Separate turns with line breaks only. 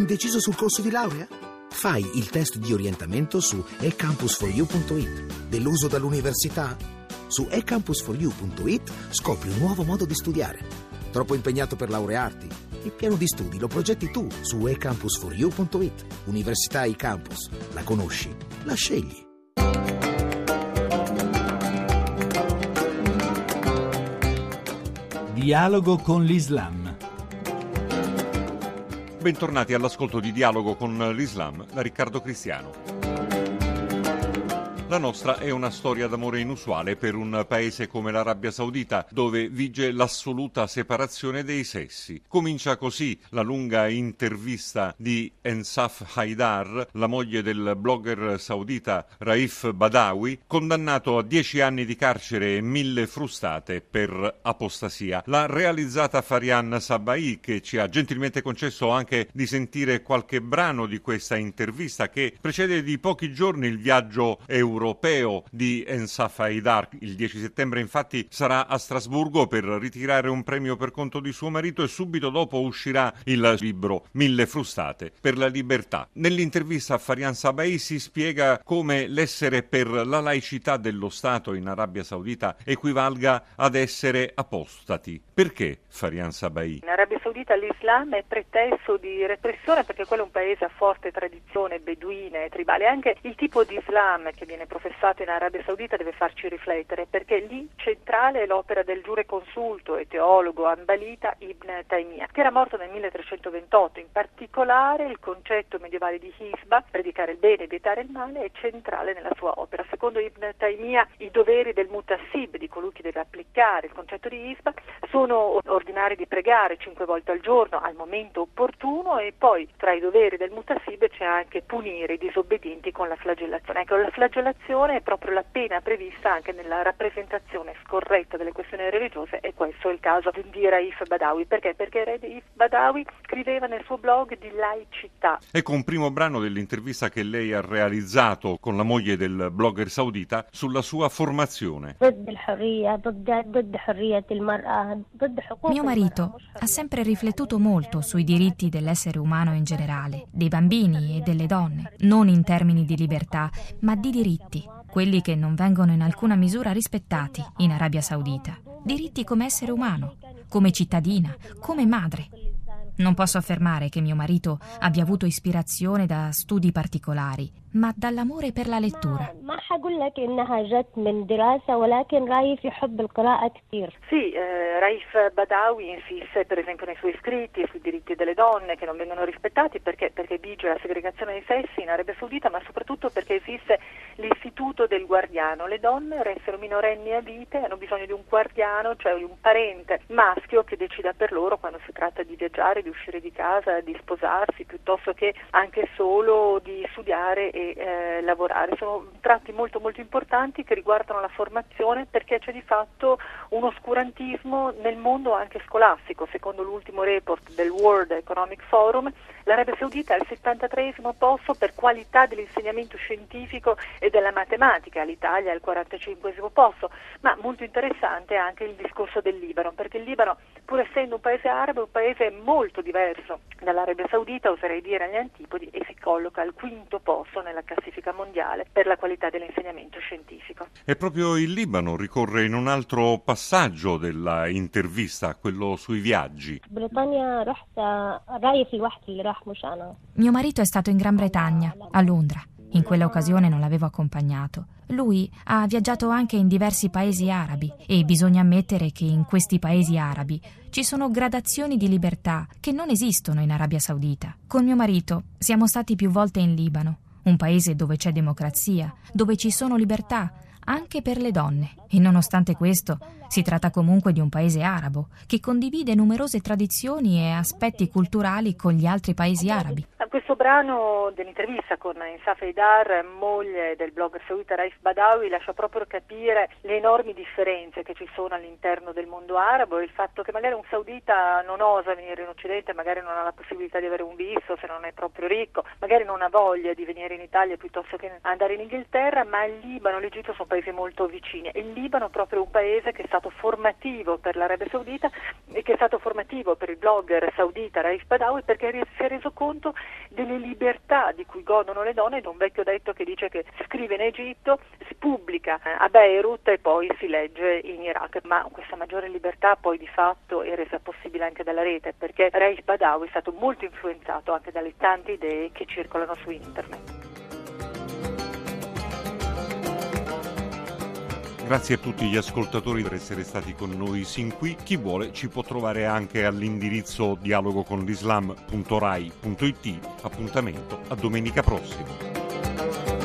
Indeciso sul corso di laurea? Fai il test di orientamento su ecampus4u.it. Deluso dall'università? Su ecampus4u.it scopri un nuovo modo di studiare. Troppo impegnato per laurearti? Il piano di studi lo progetti tu su ecampus4u.it. Università eCampus. La conosci? La scegli.
Dialogo con l'Islam.
Bentornati all'ascolto di Dialogo con l'Islam da Riccardo Cristiano. La nostra è una storia d'amore inusuale per un paese come l'Arabia Saudita, dove vige l'assoluta separazione dei sessi. Comincia così la lunga intervista di Ensaf Haidar, la moglie del blogger saudita Raif Badawi, condannato a 10 anni di carcere e 1000 frustate per apostasia. L'ha realizzata Farian Sabai, che ci ha gentilmente concesso anche di sentire qualche brano di questa intervista, che precede di pochi giorni il viaggio europeo di Ensaf Haidar. Il 10 settembre infatti sarà a Strasburgo per ritirare un premio per conto di suo marito e subito dopo uscirà il libro 1000 frustate per la libertà. Nell'intervista a Farian Sabai si spiega come l'essere per la laicità dello Stato in Arabia Saudita equivalga ad essere apostati. Perché Farian Sabai?
In Arabia Saudita l'Islam è pretesto di repressione perché quello è un paese a forte tradizione beduina e tribale. Anche il tipo di Islam che viene professato in Arabia Saudita deve farci riflettere, perché lì centrale è l'opera del giureconsulto e teologo Hanbalita Ibn Taymiyyah, che era morto nel 1328. In particolare il concetto medievale di Hisba, predicare il bene e vietare il male, è centrale nella sua opera. Secondo Ibn Taymiyyah i doveri del mutassib, di colui che deve applicare il concetto di Hisba, sono ordinari di pregare 5 volte al giorno al momento opportuno, e poi tra i doveri del mutassib c'è anche punire i disobbedienti con la flagellazione. Ecco, la flagellazione è proprio la pena prevista anche nella rappresentazione scorretta delle questioni religiose, e questo è il caso di Raif Badawi. Perché? Perché Raif Badawi scriveva nel suo blog di laicità.
Ecco un primo brano dell'intervista che lei ha realizzato con la moglie del blogger saudita sulla sua formazione.
Mio marito ha sempre riflettuto molto sui diritti dell'essere umano in generale, dei bambini e delle donne, non in termini di libertà, ma di diritti, quelli che non vengono in alcuna misura rispettati in Arabia Saudita. Diritti come essere umano, come cittadina, come madre. Non posso affermare che mio marito abbia avuto ispirazione da studi particolari, ma dall'amore per la lettura.
Sì, Raif Badawi insiste per esempio nei suoi scritti sui diritti delle donne che non vengono rispettati perché vige la segregazione dei sessi in Arabia Saudita, ma soprattutto perché esiste l'istituto del guardiano. Le donne restano minorenni a vita e hanno bisogno di un guardiano, cioè di un parente maschio che decida per loro quando si tratta di viaggiare, di uscire di casa, di sposarsi, piuttosto che anche solo di studiare e lavorare. Sono tratti molto molto importanti che riguardano la formazione, perché c'è di fatto un oscurantismo nel mondo anche scolastico. Secondo l'ultimo report del World Economic Forum, l'Arabia Saudita è al 73esimo posto per qualità dell'insegnamento scientifico e della matematica, l'Italia è al 45esimo posto. Ma molto interessante è anche il discorso del Libano, perché il Libano, pur essendo un paese arabo, è un paese molto diverso dall'Arabia Saudita, oserei dire agli antipodi, e si colloca al 5° posto nella classifica mondiale per la qualità dell'insegnamento scientifico.
E proprio il Libano ricorre in un altro passaggio della intervista, quello sui viaggi.
Mio marito è stato in Gran Bretagna, a Londra. In quella occasione non l'avevo accompagnato. Lui ha viaggiato anche in diversi paesi arabi e bisogna ammettere che in questi paesi arabi ci sono gradazioni di libertà che non esistono in Arabia Saudita. Con mio marito siamo stati più volte in Libano, un paese dove c'è democrazia, dove ci sono libertà, anche per le donne. E nonostante questo, si tratta comunque di un paese arabo che condivide numerose tradizioni e aspetti culturali con gli altri paesi arabi.
Questo Questo brano dell'intervista con Ensaf Haidar, moglie del blogger saudita Raif Badawi, lascia proprio capire le enormi differenze che ci sono all'interno del mondo arabo e il fatto che magari un saudita non osa venire in Occidente, magari non ha la possibilità di avere un visto se non è proprio ricco, magari non ha voglia di venire in Italia piuttosto che andare in Inghilterra, ma il Libano e l'Egitto sono paesi molto vicini e il Libano è proprio un paese che è stato formativo per l'Arabia Saudita e che è stato formativo per il blogger saudita Raif Badawi, perché si è reso conto delle libertà di cui godono le donne, ed un vecchio detto che dice che si scrive in Egitto, si pubblica a Beirut e poi si legge in Iraq, ma questa maggiore libertà poi di fatto è resa possibile anche dalla rete, perché Raif Badawi è stato molto influenzato anche dalle tante idee che circolano su internet.
Grazie a tutti gli ascoltatori per essere stati con noi sin qui. Chi vuole ci può trovare anche all'indirizzo dialogoconlislam.rai.it. Appuntamento a domenica prossima.